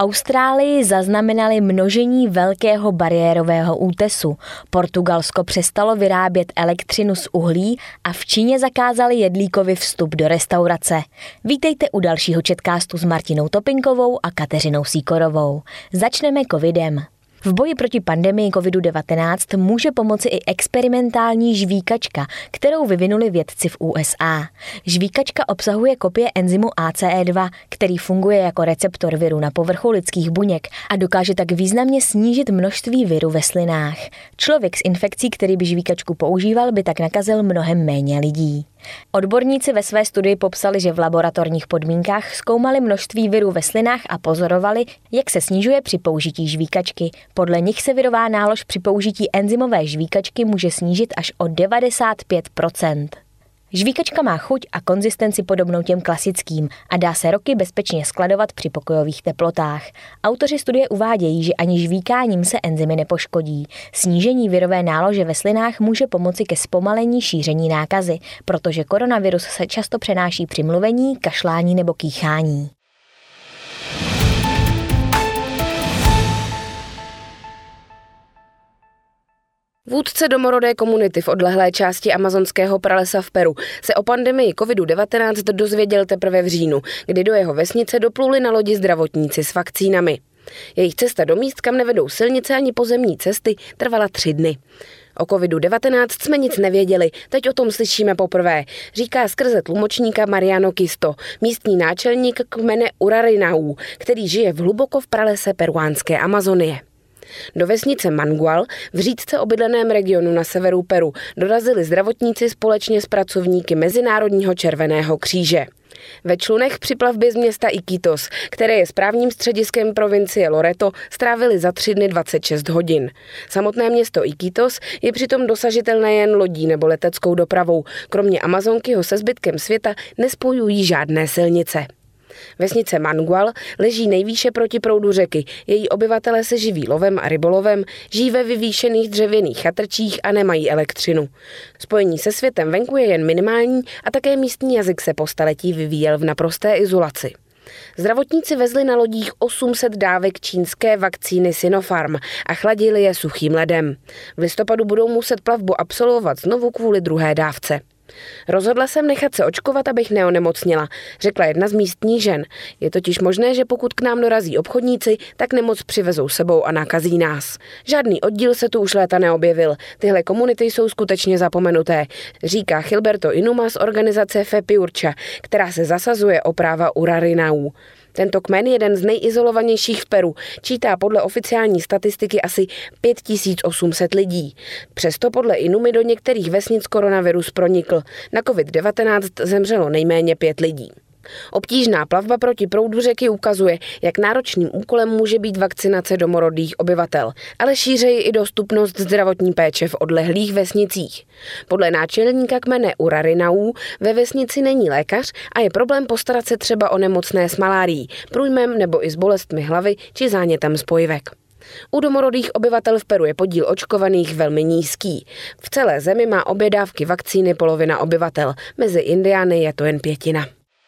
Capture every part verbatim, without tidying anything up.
Austrálii zaznamenali množení velkého bariérového útesu. Portugalsko přestalo vyrábět elektřinu z uhlí a v Číně zakázali jedlíkovi vstup do restaurace. Vítejte u dalšího Chatcastu s Martinou Topinkovou a Kateřinou Sýkorovou. Začneme covidem. V boji proti pandemii kovid devatenáct může pomoci i experimentální žvíkačka, kterou vyvinuli vědci v U S A. Žvíkačka obsahuje kopie enzymu A C E dva, který funguje jako receptor viru na povrchu lidských buněk a dokáže tak významně snížit množství viru ve slinách. Člověk s infekcí, který by žvíkačku používal, by tak nakazil mnohem méně lidí. Odborníci ve své studii popsali, že v laboratorních podmínkách zkoumali množství viru ve slinách a pozorovali, jak se snižuje při použití žvíkačky. Podle nich se virová nálož při použití enzymové žvíkačky může snížit až o devadesát pět procent. Žvíkačka má chuť a konzistenci podobnou těm klasickým a dá se roky bezpečně skladovat při pokojových teplotách. Autoři studie uvádějí, že ani žvíkáním se enzymy nepoškodí. Snížení virové nálože ve slinách může pomoci ke zpomalení šíření nákazy, protože koronavirus se často přenáší při mluvení, kašlání nebo kýchání. Vůdce domorodé komunity v odlehlé části amazonského pralesa v Peru se o pandemii kovid devatenáct dozvěděl teprve v říjnu, kdy do jeho vesnice dopluli na lodi zdravotníci s vakcínami. Jejich cesta do míst, kam nevedou silnice ani pozemní cesty, trvala tři dny. O kovid devatenáct jsme nic nevěděli, teď o tom slyšíme poprvé, říká skrze tlumočníka Mariano Kisto, místní náčelník kmene Urarinau, který žije v hluboko v pralese peruánské Amazonie. Do vesnice Mangual, v řídce obydleném regionu na severu Peru, dorazili zdravotníci společně s pracovníky Mezinárodního červeného kříže. Ve člunech při plavbě z města Iquitos, které je správním střediskem provincie Loreto, strávili za tři dny dvacet šest hodin. Samotné město Iquitos je přitom dosažitelné jen lodí nebo leteckou dopravou. Kromě Amazonky ho se zbytkem světa nespojují žádné silnice. Vesnice Mangual leží nejvýše proti proudu řeky, její obyvatelé se živí lovem a rybolovem, žijí ve vyvýšených dřevěných chatrčích a nemají elektřinu. Spojení se světem venku je jen minimální a také místní jazyk se po staletí vyvíjel v naprosté izolaci. Zdravotníci vezli na lodích osm set dávek čínské vakcíny Sinopharm a chladili je suchým ledem. V listopadu budou muset plavbu absolvovat znovu kvůli druhé dávce. Rozhodla jsem nechat se očkovat, abych neonemocněla, řekla jedna z místních žen. Je totiž možné, že pokud k nám dorazí obchodníci, tak nemoc přivezou sebou a nakazí nás. Žádný oddíl se tu už léta neobjevil. Tyhle komunity jsou skutečně zapomenuté, říká Gilberto Inuma z organizace FEPIURČA, která se zasazuje o práva Urarinau. Tento kmen, jeden z nejizolovanějších v Peru, čítá podle oficiální statistiky asi pět tisíc osm set lidí. Přesto podle Inumy do některých vesnic koronavirus pronikl. Na kovid devatenáct zemřelo nejméně pět lidí. Obtížná plavba proti proudu řeky ukazuje, jak náročným úkolem může být vakcinace domorodých obyvatel, ale šířeji i dostupnost zdravotní péče v odlehlých vesnicích. Podle náčelníka kmene Urarinau ve vesnici není lékař a je problém postarat se třeba o nemocné s malárií, průjmem nebo i s bolestmi hlavy či zánětem spojivek. U domorodých obyvatel v Peru je podíl očkovaných velmi nízký. V celé zemi má obě dávky vakcíny polovina obyvatel, mezi Indiány je to jen pětina.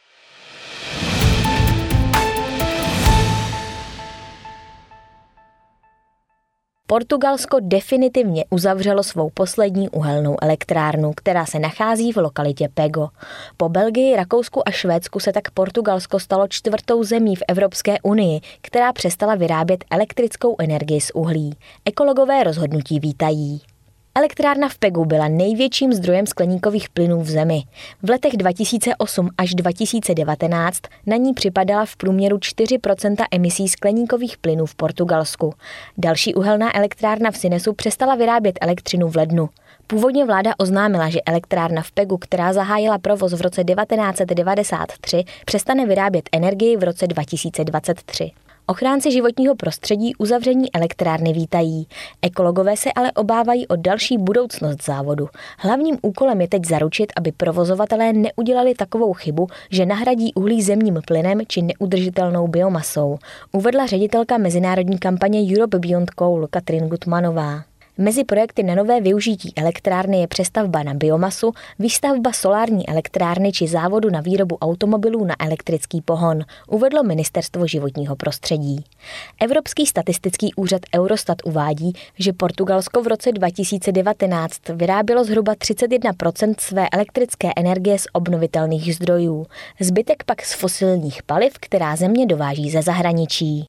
Portugalsko definitivně uzavřelo svou poslední uhelnou elektrárnu, která se nachází v lokalitě Pego. Po Belgii, Rakousku a Švédsku se tak Portugalsko stalo čtvrtou zemí v Evropské unii, která přestala vyrábět elektrickou energii z uhlí. Ekologové rozhodnutí vítají. Elektrárna v Pegu byla největším zdrojem skleníkových plynů v zemi. V letech dva tisíce osm až dva tisíce devatenáct na ní připadala v průměru čtyři procenta emisí skleníkových plynů v Portugalsku. Další uhelná elektrárna v Sinesu přestala vyrábět elektřinu v lednu. Původně vláda oznámila, že elektrárna v Pegu, která zahájila provoz v roce devatenáct set devadesát tři, přestane vyrábět energii v roce dva tisíce dvacet tři. Ochránci životního prostředí uzavření elektrárny vítají. Ekologové se ale obávají o další budoucnost závodu. Hlavním úkolem je teď zaručit, aby provozovatelé neudělali takovou chybu, že nahradí uhlí zemním plynem či neudržitelnou biomasou, uvedla ředitelka mezinárodní kampaně Europe Beyond Coal Katrin Gutmanová. Mezi projekty na nové využití elektrárny je přestavba na biomasu, výstavba solární elektrárny či závodu na výrobu automobilů na elektrický pohon, uvedlo Ministerstvo životního prostředí. Evropský statistický úřad Eurostat uvádí, že Portugalsko v roce dva tisíce devatenáct vyrábělo zhruba třicet jedna procent své elektrické energie z obnovitelných zdrojů, zbytek pak z fosilních paliv, která země dováží ze zahraničí.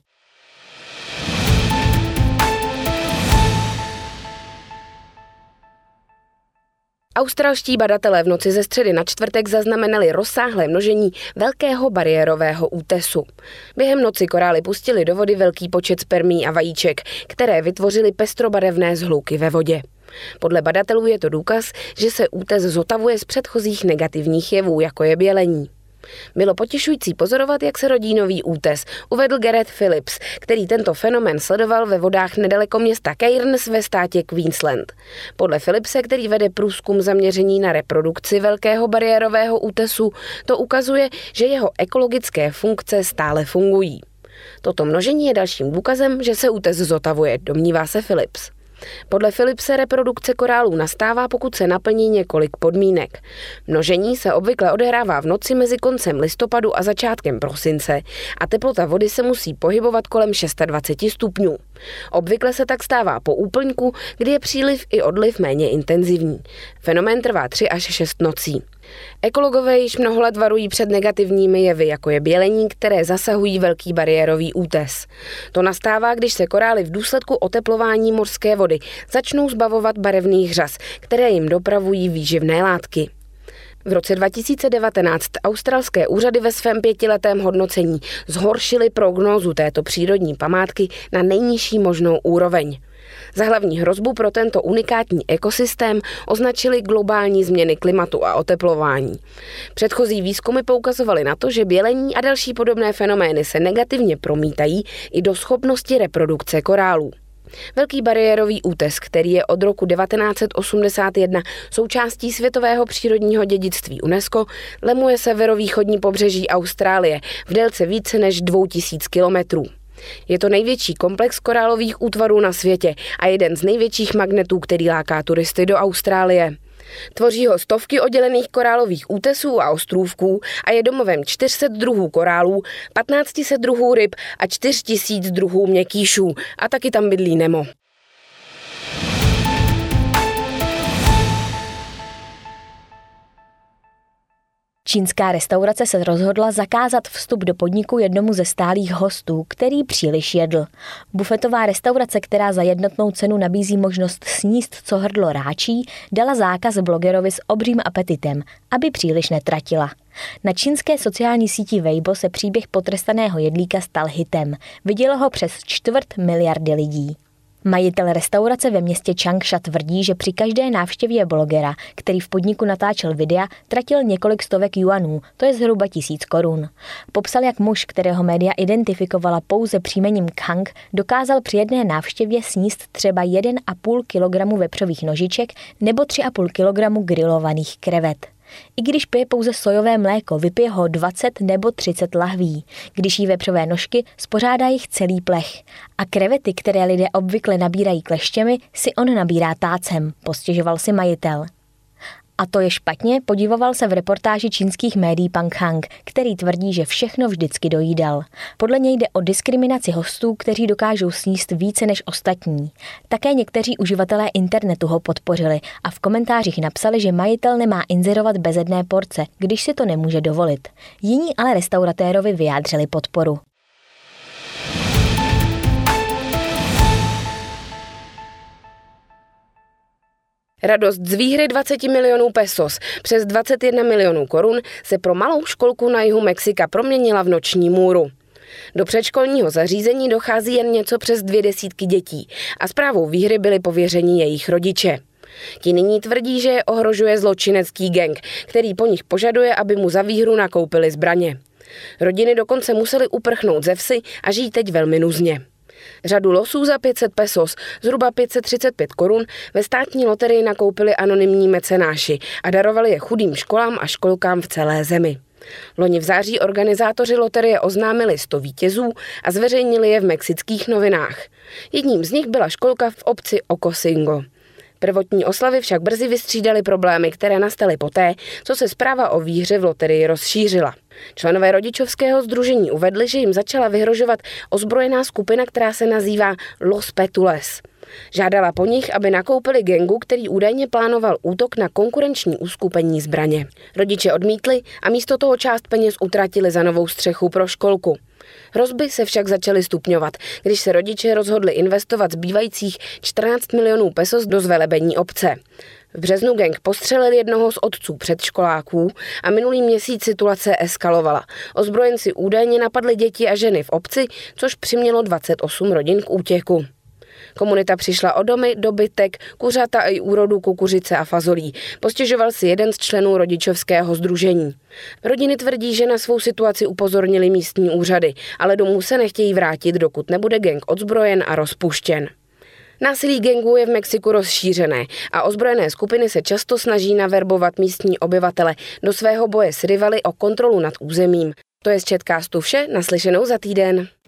Australští badatelé v noci ze středy na čtvrtek zaznamenali rozsáhlé množení velkého bariérového útesu. Během noci korály pustili do vody velký počet spermií a vajíček, které vytvořily pestrobarevné zhluky ve vodě. Podle badatelů je to důkaz, že se útes zotavuje z předchozích negativních jevů, jako je bělení. Bylo potěšující pozorovat, jak se rodí nový útes, uvedl Gareth Phillips, který tento fenomén sledoval ve vodách nedaleko města Cairns ve státě Queensland. Podle Phillipse, který vede průzkum zaměření na reprodukci velkého bariérového útesu, to ukazuje, že jeho ekologické funkce stále fungují. Toto množení je dalším důkazem, že se útes zotavuje, domnívá se Phillips. Podle Phillipse reprodukce korálů nastává, pokud se naplní několik podmínek. Množení se obvykle odehrává v noci mezi koncem listopadu a začátkem prosince a teplota vody se musí pohybovat kolem dvacet šest stupňů. Obvykle se tak stává po úplňku, kdy je příliv i odliv méně intenzivní. Fenomén trvá tři až šest nocí. Ekologové již mnoho let varují před negativními jevy, jako je bělení, které zasahují velký bariérový útes. To nastává, když se korály v důsledku oteplování mořské vody začnou zbavovat barevných řas, které jim dopravují výživné látky. V roce dva tisíce devatenáct australské úřady ve svém pětiletém hodnocení zhoršily prognózu této přírodní památky na nejnižší možnou úroveň. Za hlavní hrozbu pro tento unikátní ekosystém označili globální změny klimatu a oteplování. Předchozí výzkumy poukazovaly na to, že bělení a další podobné fenomény se negativně promítají i do schopnosti reprodukce korálů. Velký bariérový útes, který je od roku devatenáct set osmdesát jedna součástí světového přírodního dědictví UNESCO, lemuje severovýchodní pobřeží Austrálie v délce více než dvou tisíc kilometrů. Je to největší komplex korálových útvarů na světě a jeden z největších magnetů, který láká turisty do Austrálie. Tvoří ho stovky oddělených korálových útesů a ostrůvků a je domovem čtyř set druhů korálů, patnáct set druhů ryb a čtyři tisíce druhů měkkýšů a taky tam bydlí Nemo. Čínská restaurace se rozhodla zakázat vstup do podniku jednomu ze stálých hostů, který příliš jedl. Bufetová restaurace, která za jednotnou cenu nabízí možnost sníst, co hrdlo ráčí, dala zákaz blogerovi s obřím apetitem, aby příliš netratila. Na čínské sociální síti Weibo se příběh potrestaného jedlíka stal hitem. Vidělo ho přes čtvrt miliardy lidí. Majitel restaurace ve městě Changsha tvrdí, že při každé návštěvě blogera, který v podniku natáčel videa, tratil několik stovek juanů, to je zhruba tisíc korun. Popsal, jak muž, kterého média identifikovala pouze příjmením Kang, dokázal při jedné návštěvě sníst třeba jeden a půl kilogramu vepřových nožiček nebo tři a půl kilogramu grilovaných krevet. I když pije pouze sojové mléko, vypije ho dvacet nebo třicet lahví. Když jí vepřové nožky, spořádá jich celý plech. A krevety, které lidé obvykle nabírají kleštěmi, si on nabírá tácem, postěžoval si majitel. A to je špatně, podivoval se v reportáži čínských médií Pan Hang, který tvrdí, že všechno vždycky dojídal. Podle něj jde o diskriminaci hostů, kteří dokážou sníst více než ostatní. Také někteří uživatelé internetu ho podpořili a v komentářích napsali, že majitel nemá inzerovat bezedné porce, když si to nemůže dovolit. Jiní ale restauratérovi vyjádřili podporu. Radost z výhry dvacet milionů pesos přes dvacet jedna milionů korun se pro malou školku na jihu Mexika proměnila v noční můru. Do předškolního zařízení dochází jen něco přes dvě desítky dětí a správou výhry byli pověřeni jejich rodiče. Ti nyní tvrdí, že je ohrožuje zločinecký gang, který po nich požaduje, aby mu za výhru nakoupili zbraně. Rodiny dokonce musely uprchnout ze vsi a žijí teď velmi nuzně. Řadu losů za pět set pesos, zhruba pět set třicet pět korun, ve státní loterii nakoupili anonymní mecenáši a darovali je chudým školám a školkám v celé zemi. Loni v září organizátoři loterie oznámili sto vítězů a zveřejnili je v mexických novinách. Jedním z nich byla školka v obci Ocosingo. Prvotní oslavy však brzy vystřídaly problémy, které nastaly poté, co se zpráva o výhře v loterii rozšířila. Členové rodičovského sdružení uvedli, že jim začala vyhrožovat ozbrojená skupina, která se nazývá Los Petules. Žádala po nich, aby nakoupili gangu, který údajně plánoval útok na konkurenční uskupení zbraně. Rodiče odmítli a místo toho část peněz utratili za novou střechu pro školku. Hrozby se však začaly stupňovat, když se rodiče rozhodli investovat zbývajících čtrnáct milionů pesos do zvelebení obce. V březnu gang postřelil jednoho z otců předškoláků a minulý měsíc situace eskalovala. Ozbrojenci údajně napadli děti a ženy v obci, což přimělo dvacet osm rodin k útěku. Komunita přišla o domy, dobytek, kuřata i úrodu kukuřice a fazolí. Postěžoval si jeden z členů rodičovského sdružení. Rodiny tvrdí, že na svou situaci upozornili místní úřady, ale domů se nechtějí vrátit, dokud nebude gang odzbrojen a rozpuštěn. Násilí gangů je v Mexiku rozšířené a ozbrojené skupiny se často snaží naverbovat místní obyvatele do svého boje s rivaly o kontrolu nad územím. To je z Četcastu vše, naslyšenou za týden.